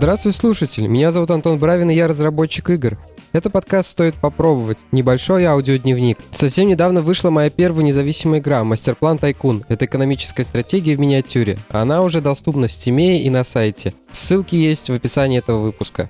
Здравствуй, слушатель! Меня зовут Антон Бравин, и я разработчик игр. Это подкаст «Стоит попробовать». Небольшой аудиодневник. Совсем недавно вышла моя первая независимая игра «Мастерплан Тайкун». Это экономическая стратегия в миниатюре. Она уже доступна в Steam и на сайте. Ссылки есть в описании этого выпуска.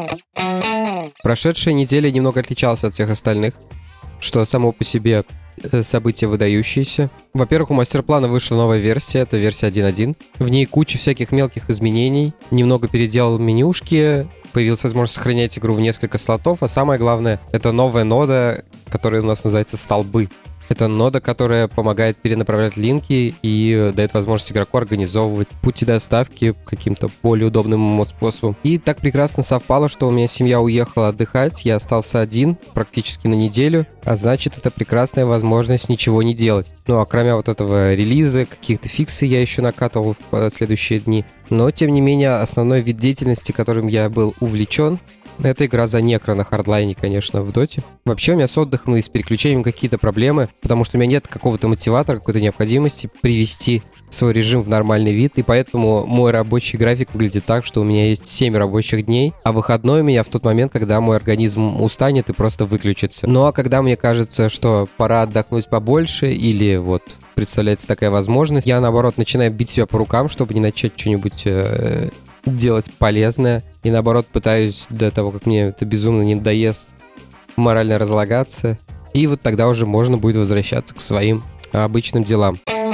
Прошедшая неделя немного отличалась от всех остальных, что само по себе событие выдающееся. Во-первых, у Мастерплана вышла новая версия, это версия 1.1. В ней куча всяких мелких изменений, немного переделал менюшки, появилась возможность сохранять игру в несколько слотов, а самое главное, это новая нода, которая у нас называется «Столбы». Это нода, которая помогает перенаправлять линки и дает возможность игроку организовывать пути доставки каким-то более удобным способом. И так прекрасно совпало, что у меня семья уехала отдыхать, я остался один практически на неделю, а значит, это прекрасная возможность ничего не делать. Ну а кроме вот этого релиза, каких-то фиксы я еще накатывал в следующие дни. Но, тем не менее, основной вид деятельности, которым я был увлечен, это игра за некро на хардлайне, конечно, в доте. Вообще у меня с отдыхом и с переключением какие-то проблемы, потому что у меня нет какого-то мотиватора, какой-то необходимости привести свой режим в нормальный вид, и поэтому мой рабочий график выглядит так, что у меня есть 7 рабочих дней, а выходной у меня в тот момент, когда мой организм устанет и просто выключится. Ну а когда мне кажется, что пора отдохнуть побольше или вот представляется такая возможность, я наоборот начинаю бить себя по рукам, чтобы не начать что-нибудь делать полезное, и наоборот пытаюсь до того, как мне это безумно не надоест, морально разлагаться, и вот тогда уже можно будет возвращаться к своим обычным делам.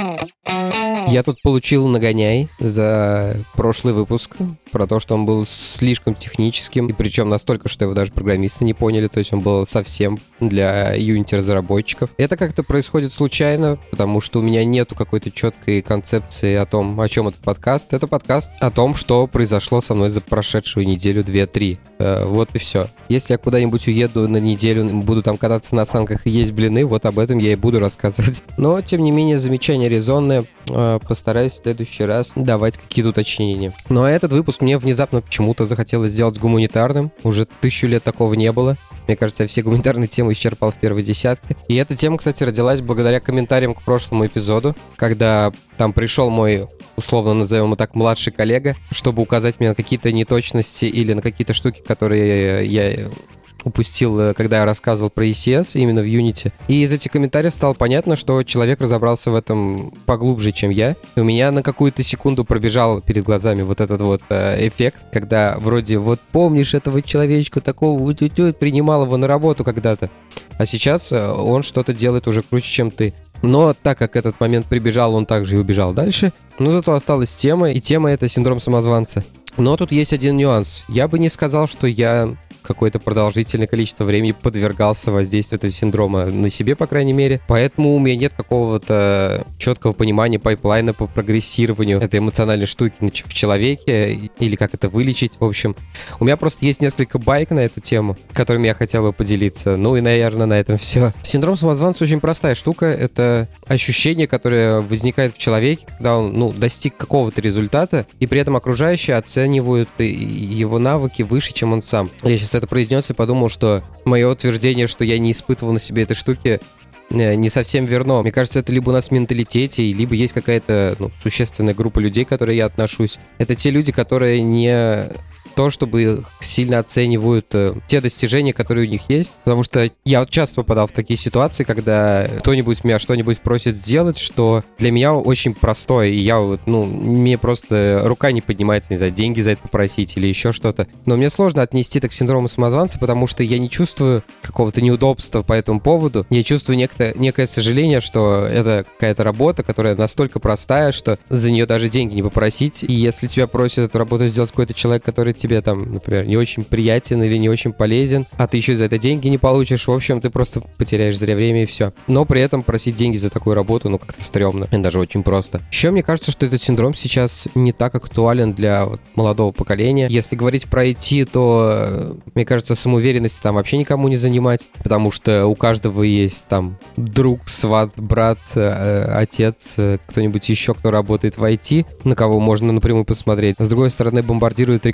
Я тут получил нагоняй за прошлый выпуск про то, что он был слишком техническим, и причем настолько, что его даже программисты не поняли, то есть он был совсем для Unity-разработчиков. Это как-то происходит случайно, потому что у меня нету какой-то четкой концепции о том, о чем этот подкаст. Это подкаст о том, что произошло со мной за прошедшую неделю, 2-3. Вот и все. Если я куда-нибудь уеду на неделю, буду там кататься на санках и есть блины, вот об этом я и буду рассказывать. Но, тем не менее, замечание резонное. Постараюсь в следующий раз давать какие-то уточнения. Но этот выпуск мне внезапно почему-то захотелось сделать гуманитарным. Уже 1000 лет такого не было. Мне кажется, я все гуманитарные темы исчерпал в первой десятке. И эта тема, кстати, родилась благодаря комментариям к прошлому эпизоду, когда там пришел мой, условно назовем его так, младший коллега, чтобы указать мне на какие-то неточности или на какие-то штуки, которые я упустил, когда я рассказывал про ECS именно в Unity. И из этих комментариев стало понятно, что человек разобрался в этом поглубже, чем я. И у меня на какую-то секунду пробежал перед глазами вот этот вот эффект, когда вроде вот помнишь этого человечка такого, принимал его на работу когда-то, а сейчас он что-то делает уже круче, чем ты. Но так как этот момент прибежал, он также и убежал дальше. Но зато осталась тема, и тема — это синдром самозванца. Но тут есть один нюанс. Я бы не сказал, что я какое-то продолжительное количество времени подвергался воздействию этого синдрома на себе, по крайней мере. Поэтому у меня нет какого-то четкого понимания пайплайна по прогрессированию этой эмоциональной штуки в человеке, или как это вылечить. В общем, у меня просто есть несколько байк на эту тему, которыми я хотел бы поделиться. Ну и, наверное, на этом все. Синдром самозванца очень простая штука. Это ощущение, которое возникает в человеке, когда он, достиг какого-то результата, и при этом окружающие оценивают его навыки выше, чем он сам. Я сейчас это произнес и подумал, что мое утверждение, что я не испытывал на себе этой штуки, не совсем верно. Мне кажется, это либо у нас в менталитете, либо есть какая-то существенная группа людей, к которой я отношусь. Это те люди, которые не то, чтобы сильно оценивают те достижения, которые у них есть. Потому что я вот часто попадал в такие ситуации, когда кто-нибудь меня что-нибудь просит сделать, что для меня очень простое, и я мне просто рука не поднимается, не знаю, деньги за это попросить или еще что-то. Но мне сложно отнести это к синдрому самозванца, потому что я не чувствую какого-то неудобства по этому поводу. Я чувствую некое сожаление, что это какая-то работа, которая настолько простая, что за нее даже деньги не попросить. И если тебя просит эту работу сделать какой-то человек, который тебе там, например, не очень приятен или не очень полезен, а ты еще за это деньги не получишь, в общем, ты просто потеряешь зря время и все. Но при этом просить деньги за такую работу, как-то стрёмно. Это даже очень просто. Еще мне кажется, что этот синдром сейчас не так актуален для молодого поколения. Если говорить про IT, то, мне кажется, самоуверенности там вообще никому не занимать, потому что у каждого есть там друг, сват, брат, отец, кто-нибудь еще, кто работает в IT, на кого можно напрямую посмотреть. С другой стороны, бомбардирует реклама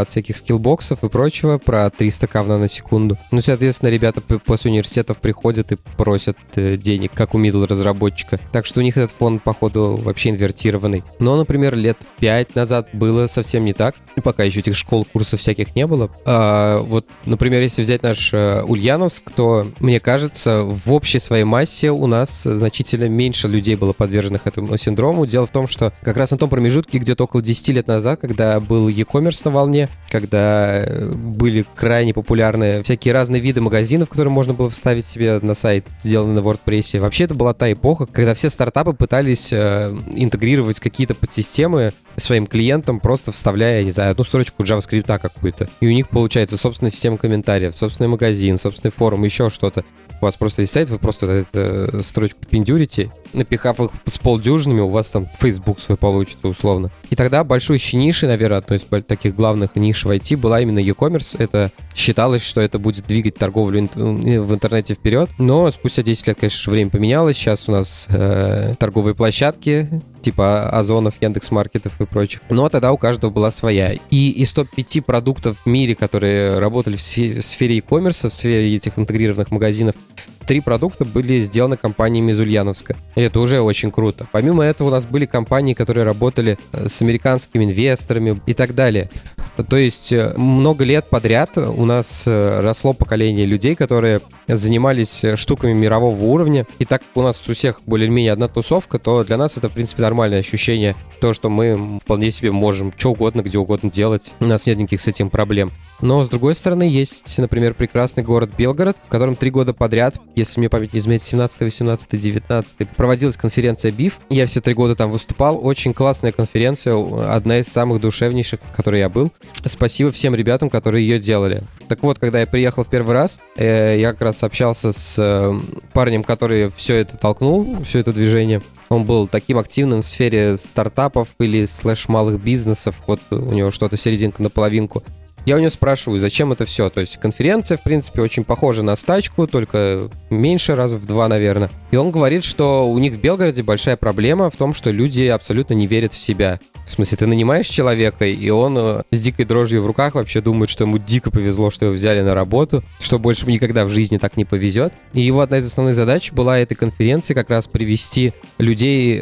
мегаватт всяких скиллбоксов и прочего, про 300 кавна на секунду. Ну, соответственно, ребята после университетов приходят и просят денег, как у middle-разработчика. Так что у них этот фон, походу, вообще инвертированный. Но, например, лет 5 назад было совсем не так. И пока еще этих школ, курсов всяких не было. Вот, например, если взять наш Ульяновск, то, мне кажется, в общей своей массе у нас значительно меньше людей было подверженных этому синдрому. Дело в том, что как раз на том промежутке, где-то около 10 лет назад, когда был e-commerce на волне, когда были крайне популярны всякие разные виды магазинов, которые можно было вставить себе на сайт, сделанный на WordPress. Вообще, это была та эпоха, когда все стартапы пытались интегрировать какие-то подсистемы своим клиентам, просто вставляя, не знаю, одну строчку JavaScript какую-то. И у них получается собственная система комментариев, собственный магазин, собственный форум, еще что-то. У вас просто есть сайт, вы просто эту строчку пиндюрите, напихав их с полдюжинами, у вас там Facebook свой получится условно. И тогда большой еще нишей, наверное, одной из таких главных ниш в IT была именно e-commerce. Это считалось, что это будет двигать торговлю в интернете вперед. Но спустя 10 лет, конечно, время поменялось. Сейчас у нас торговые площадки, типа Озонов, Яндекс.Маркетов и прочих. Но тогда у каждого была своя. И из топ-5 продуктов в мире, которые работали в сфере e-commerce, в сфере этих интегрированных магазинов, 3 продукта были сделаны компаниями из Ульяновска. И это уже очень круто. Помимо этого у нас были компании, которые работали с американскими инвесторами и так далее. То есть много лет подряд у нас росло поколение людей, которые занимались штуками мирового уровня. И так как у нас у всех более-менее одна тусовка, то для нас это, в принципе, нормальное ощущение. То, что мы вполне себе можем что угодно, где угодно делать. У нас нет никаких с этим проблем. Но, с другой стороны, есть, например, прекрасный город Белгород, в котором 3 года подряд, если мне память не изменяет, 17, 18, 19, проводилась конференция BIF. Я все 3 года там выступал. Очень классная конференция, одна из самых душевнейших, в которой я был. Спасибо всем ребятам, которые ее делали. Так вот, когда я приехал в первый раз, я как раз общался с парнем, который все это толкнул, все это движение. Он был таким активным в сфере стартапов или слэш-малых бизнесов. Вот у него что-то серединка на половинку. Я у него спрашиваю, зачем это все? То есть конференция, в принципе, очень похожа на стачку, только меньше, раза в 2, наверное. И он говорит, что у них в Белгороде большая проблема в том, что люди абсолютно не верят в себя. В смысле, ты нанимаешь человека, и он с дикой дрожью в руках вообще думает, что ему дико повезло, что его взяли на работу, что больше никогда в жизни так не повезет. И его одна из основных задач была этой конференции как раз привести людей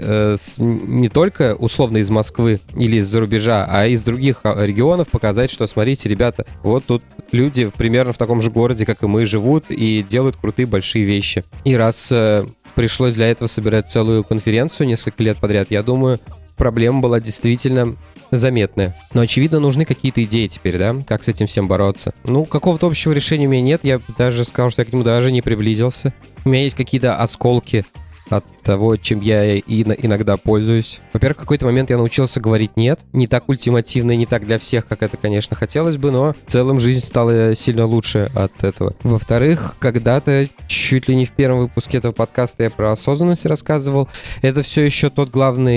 не только условно из Москвы или из-за рубежа, а из других регионов, показать, что, смотрите, ребята, вот тут люди примерно в таком же городе, как и мы, живут и делают крутые большие вещи. И раз пришлось для этого собирать целую конференцию несколько лет подряд, я думаю, проблема была действительно заметная. Но, очевидно, нужны какие-то идеи теперь, да? Как с этим всем бороться? Ну, какого-то общего решения у меня нет. Я даже сказал, что я к нему даже не приблизился. У меня есть какие-то осколки от того, чем я иногда пользуюсь. Во-первых, в какой-то момент я научился говорить «нет». Не так ультимативно и не так для всех, как это, конечно, хотелось бы, но в целом жизнь стала сильно лучше от этого. Во-вторых, когда-то, чуть ли не в первом выпуске этого подкаста я про осознанность рассказывал. Это все еще та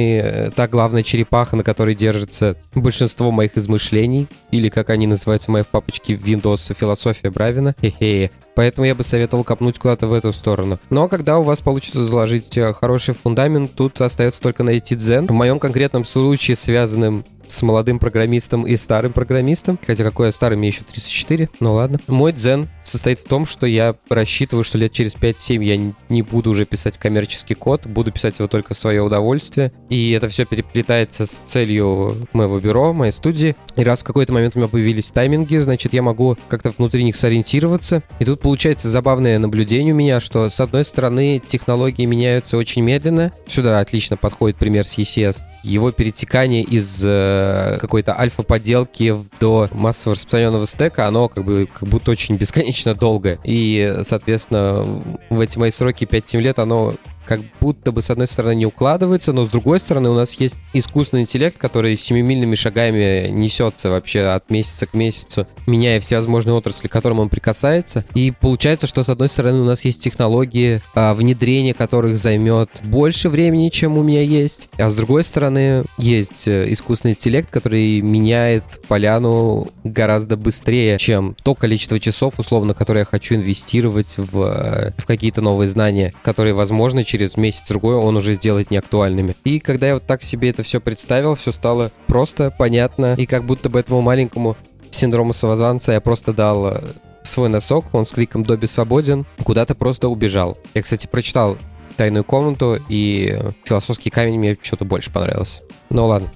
главная черепаха, на которой держится большинство моих измышлений, или, как они называются в моей папочке в Windows, философия Бравина. Хе-хе. Поэтому я бы советовал копнуть куда-то в эту сторону. Но когда у вас получится заложить хороший фундамент, тут остается только найти дзен. В моем конкретном случае, связанным с молодым программистом и старым программистом, хотя какой я старый, мне еще 34, ну ладно. Мой дзен состоит в том, что я рассчитываю, что лет через 5-7 я не буду уже писать коммерческий код, буду писать его только в свое удовольствие, и это все переплетается с целью моего бюро, моей студии, и раз в какой-то момент у меня появились тайминги, значит, я могу как-то внутри них сориентироваться, и тут получается забавное наблюдение у меня, что с одной стороны технологии меняются очень медленно, сюда отлично подходит пример с ECS, его перетекание из какой-то альфа-поделки до массово распространенного стека, оно как будто очень бесконечно долгое. И, соответственно, в эти мои сроки 5-7 лет оно как будто бы, с одной стороны, не укладывается, но с другой стороны у нас есть искусственный интеллект, который семимильными шагами несется вообще от месяца к месяцу, меняя всевозможные отрасли, к которым он прикасается. И получается, что, с одной стороны, у нас есть технологии, внедрение которых займет больше времени, чем у меня есть, а с другой стороны, есть искусственный интеллект, который меняет поляну гораздо быстрее, чем то количество часов, условно, которые я хочу инвестировать в какие-то новые знания, которые, возможно, через месяц-другой он уже сделает неактуальными. И когда я вот так себе это все представил, все стало просто, понятно, и как будто бы этому маленькому синдрома самозванца, я просто дал свой носок, он с кликом Добби свободен, куда-то просто убежал. Я, кстати, прочитал «Тайную комнату», и «Философский камень» мне что-то больше понравился. Ну ладно.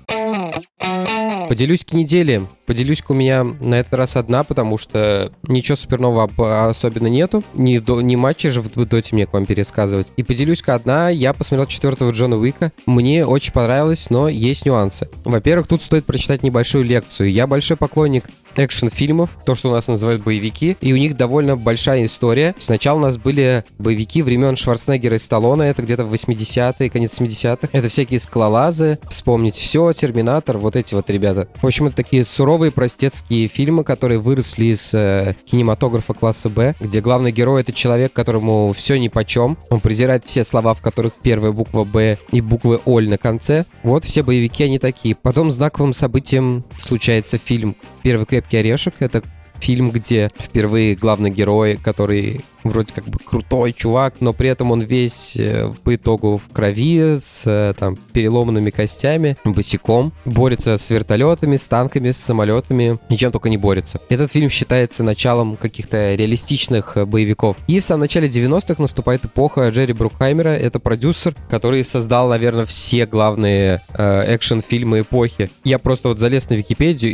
Поделюсь-ка недели. Поделюсь-ка у меня на этот раз одна, потому что ничего суперного особенно нету. Ни матча же в доте мне к вам пересказывать. И поделюсь-ка одна. Я посмотрел 4-го Джона Уика. Мне очень понравилось, но есть нюансы. Во-первых, тут стоит прочитать небольшую лекцию. Я большой поклонник экшн-фильмов, то, что у нас называют боевики, и у них довольно большая история. Сначала у нас были боевики времен Шварценеггера и Сталлоне, это где-то в 80-е, конец 70-х. Это всякие скалолазы, вспомнить все, Терминатор, вот эти вот ребята. В общем, это такие суровые простецкие фильмы, которые выросли из кинематографа класса Б, где главный герой — это человек, которому все нипочем. Он презирает все слова, в которых первая буква Б и буквы Оль на конце. Вот все боевики, они такие. Потом знаковым событием случается фильм «Первый крепкий орешек». Это фильм, где впервые главный герой, который вроде как бы крутой чувак, но при этом он весь по итогу в крови, с там переломанными костями, босиком, борется с вертолетами, с танками, с самолетами, ничем только не борется. Этот фильм считается началом каких-то реалистичных боевиков. И в самом начале 90-х наступает эпоха Джерри Брукхаймера. Это продюсер, который создал, наверное, все главные экшн-фильмы эпохи. Я просто вот залез на Википедию,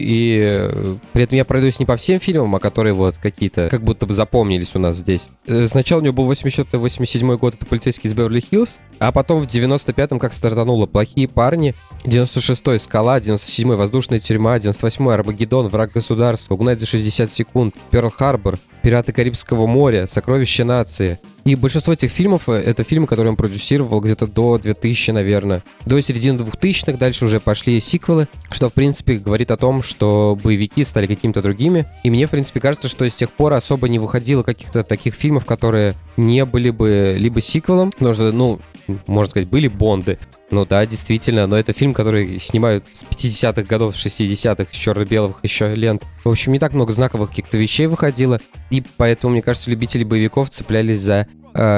и при этом я пройдусь не по всем фильмам, а которые вот какие-то как будто бы запомнились у нас здесь. Сначала у него был 86-87 год, это «Полицейский из Беверли-Хиллз», а потом в 95-м как стартануло «Плохие парни», 96-й «Скала», 97-й «Воздушная тюрьма», 98-й «Армагеддон», «Враг государства», «Угнать за 60 секунд», «Перл-Харбор», «Пираты Карибского моря», «Сокровища нации». И большинство этих фильмов — это фильмы, которые он продюсировал где-то до 2000, наверное. До середины 2000-х дальше уже пошли сиквелы, что, в принципе, говорит о том, что боевики стали какими-то другими. И мне, в принципе, кажется, что с тех пор особо не выходило каких-то таких фильмов, которые не были бы либо сиквелом, потому что, ну, можно сказать, были Бонды. Ну да, действительно, но это фильм, который снимают с 50-х годов, 60-х, с черно-белых еще лент. В общем, не так много знаковых каких-то вещей выходило, и поэтому, мне кажется, любители боевиков цеплялись за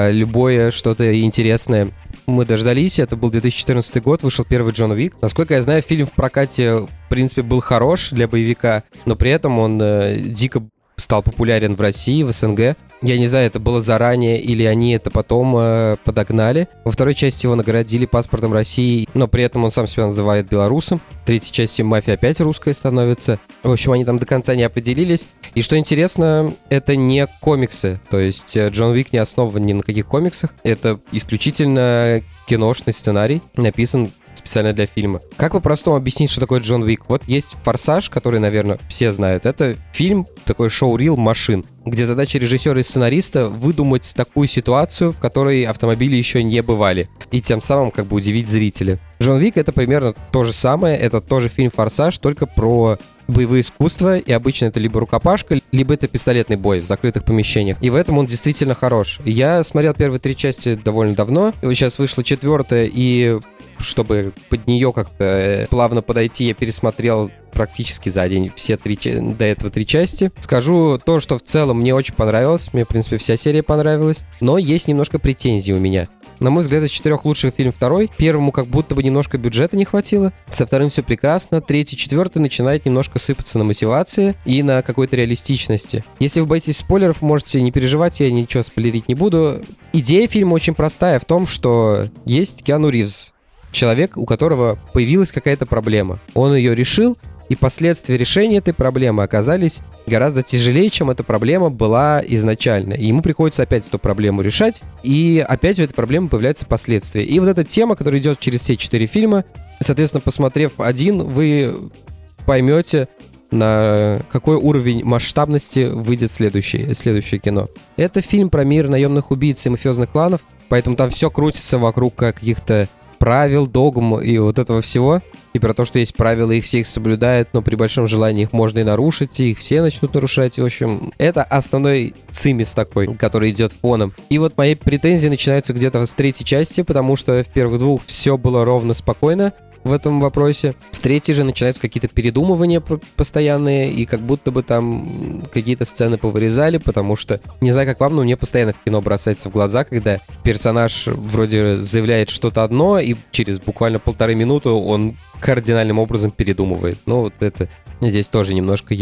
любое что-то интересное. Мы дождались, это был 2014 год, вышел первый Джон Уик. Насколько я знаю, фильм в прокате, в принципе, был хорош для боевика, но при этом он дико стал популярен в России, в СНГ. Я не знаю, это было заранее или они это потом подогнали. Во второй части его наградили паспортом России, но при этом он сам себя называет белорусом. В третьей части мафия опять русская становится. В общем, они там до конца не определились. И что интересно, это не комиксы. То есть Джон Уик не основан ни на каких комиксах. Это исключительно киношный сценарий, написан специально для фильма. Как по-простому объяснить, что такое Джон Уик? Вот есть «Форсаж», который, наверное, все знают. Это фильм, такой шоу-рил машин, где задача режиссера и сценариста выдумать такую ситуацию, в которой автомобили еще не бывали, и тем самым как бы удивить зрителя. Джон Уик — это примерно то же самое, это тоже фильм «Форсаж», только про боевые искусства, и обычно это либо рукопашка, либо это пистолетный бой в закрытых помещениях. И в этом он действительно хорош. Я смотрел первые 3 части довольно давно, и вот сейчас вышла 4-я, и чтобы под нее как-то плавно подойти, я пересмотрел практически за день все до этого 3 части. Скажу то, что в целом мне очень понравилось. Мне, в принципе, вся серия понравилась. Но есть немножко претензий у меня. На мой взгляд, из 4 лучших фильм второй. Первому как будто бы немножко бюджета не хватило. Со вторым все прекрасно. 3-й, 4-й начинает немножко сыпаться на мотивации и на какой-то реалистичности. Если вы боитесь спойлеров, можете не переживать, я ничего спойлерить не буду. Идея фильма очень простая в том, что есть Киану Ривз. Человек, у которого появилась какая-то проблема. Он ее решил, и последствия решения этой проблемы оказались гораздо тяжелее, чем эта проблема была изначально. И ему приходится опять эту проблему решать, и опять у этой проблемы появляются последствия. И вот эта тема, которая идет через все 4 фильма, соответственно, посмотрев один, вы поймете, на какой уровень масштабности выйдет следующее кино. Это фильм про мир наемных убийц и мафиозных кланов, поэтому там все крутится вокруг каких-то правил, догм и вот этого всего. И про то, что есть правила, их все их соблюдают, но при большом желании их можно и нарушить, и их все начнут нарушать. В общем, это основной цимис такой, который идет фоном. И вот мои претензии начинаются где-то с 3-й части, потому что в первых 2 все было ровно спокойно в этом вопросе. В 3-й же начинаются какие-то передумывания постоянные, и как будто бы там какие-то сцены повырезали, потому что, не знаю, как вам, но мне постоянно в кино бросается в глаза, когда персонаж вроде заявляет что-то одно, и через буквально 1,5 минуты он кардинальным образом передумывает. Ну, вот это здесь тоже немножко есть.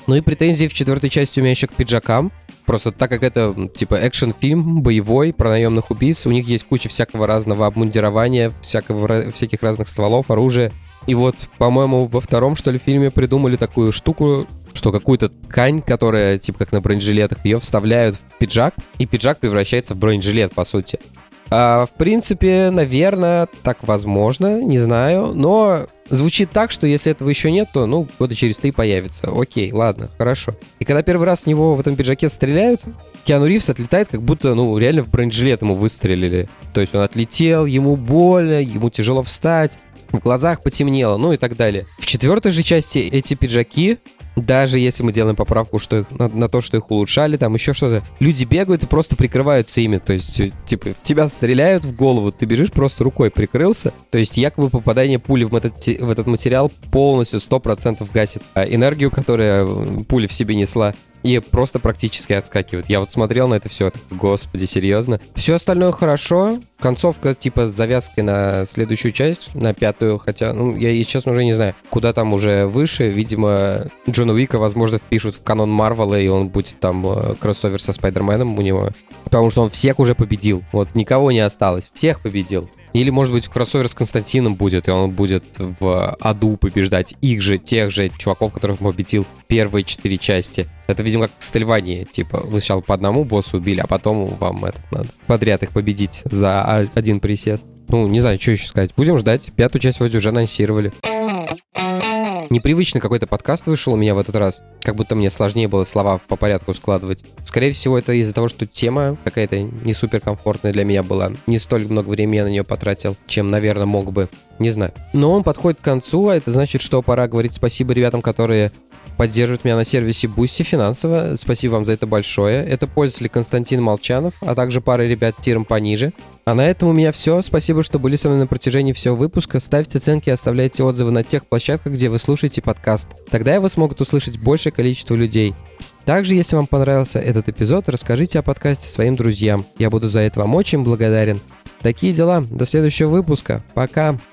Ну и претензии в 4-й части у меня еще к пиджакам. Просто так как это, типа, экшн-фильм боевой про наемных убийц, у них есть куча всякого разного обмундирования, всяких разных стволов, оружия. И вот, по-моему, во 2-м, что ли, фильме придумали такую штуку, что какую-то ткань, которая, типа, как на бронежилетах, ее вставляют в пиджак, и пиджак превращается в бронежилет, по сути. В принципе, наверное, так возможно, не знаю, но звучит так, что если этого еще нет, то, ну, года через 3 появится. Окей, ладно, хорошо. И когда первый раз с него в этом пиджаке стреляют, Киану Ривз отлетает, как будто, ну, реально в бронежилет ему выстрелили. То есть он отлетел, ему больно, ему тяжело встать, в глазах потемнело, ну и так далее. В 4-й же части эти пиджаки, даже если мы делаем поправку что их, на то, что их улучшали, там еще что-то, люди бегают и просто прикрываются ими. То есть, типа, в тебя стреляют в голову, ты бежишь, просто рукой прикрылся. То есть, якобы попадание пули в этот материал полностью 100% гасит энергию, которая пуля в себе несла. И просто практически отскакивает. Я вот смотрел на это все, господи, серьезно. Все остальное хорошо. Концовка типа с завязкой на следующую часть, на 5-ю, хотя, ну, я честно уже не знаю, куда там уже выше. Видимо, Джона Уика, возможно, впишут в канон Марвела, и он будет там кроссовер со Спайдерменом у него. Потому что он всех уже победил. Вот никого не осталось. Всех победил. Или, может быть, кроссовер с Константином будет, и он будет в аду побеждать их же, тех же чуваков, которых он победил первые 4 части. Это, видимо, как Castlevania, типа, вы сначала по одному боссу убили, а потом вам надо подряд их победить за один присест. Ну, не знаю, что еще сказать. Будем ждать. 5-ю часть вроде уже анонсировали. Непривычный какой-то подкаст вышел у меня в этот раз. Как будто мне сложнее было слова по порядку складывать. Скорее всего, это из-за того, что тема какая-то не супер комфортная для меня была. Не столь много времени я на нее потратил, чем, наверное, мог бы. Не знаю. Но он подходит к концу, а это значит, что пора говорить спасибо ребятам, которые поддерживают меня на сервисе Boosty финансово. Спасибо вам за это большое. Это пользователи Константин Молчанов, а также пара ребят тиром пониже. А на этом у меня все. Спасибо, что были со мной на протяжении всего выпуска. Ставьте оценки и оставляйте отзывы на тех площадках, где вы слушаете подкаст. Тогда его смогут услышать большее количество людей. Также, если вам понравился этот эпизод, расскажите о подкасте своим друзьям. Я буду за это вам очень благодарен. Такие дела. До следующего выпуска. Пока.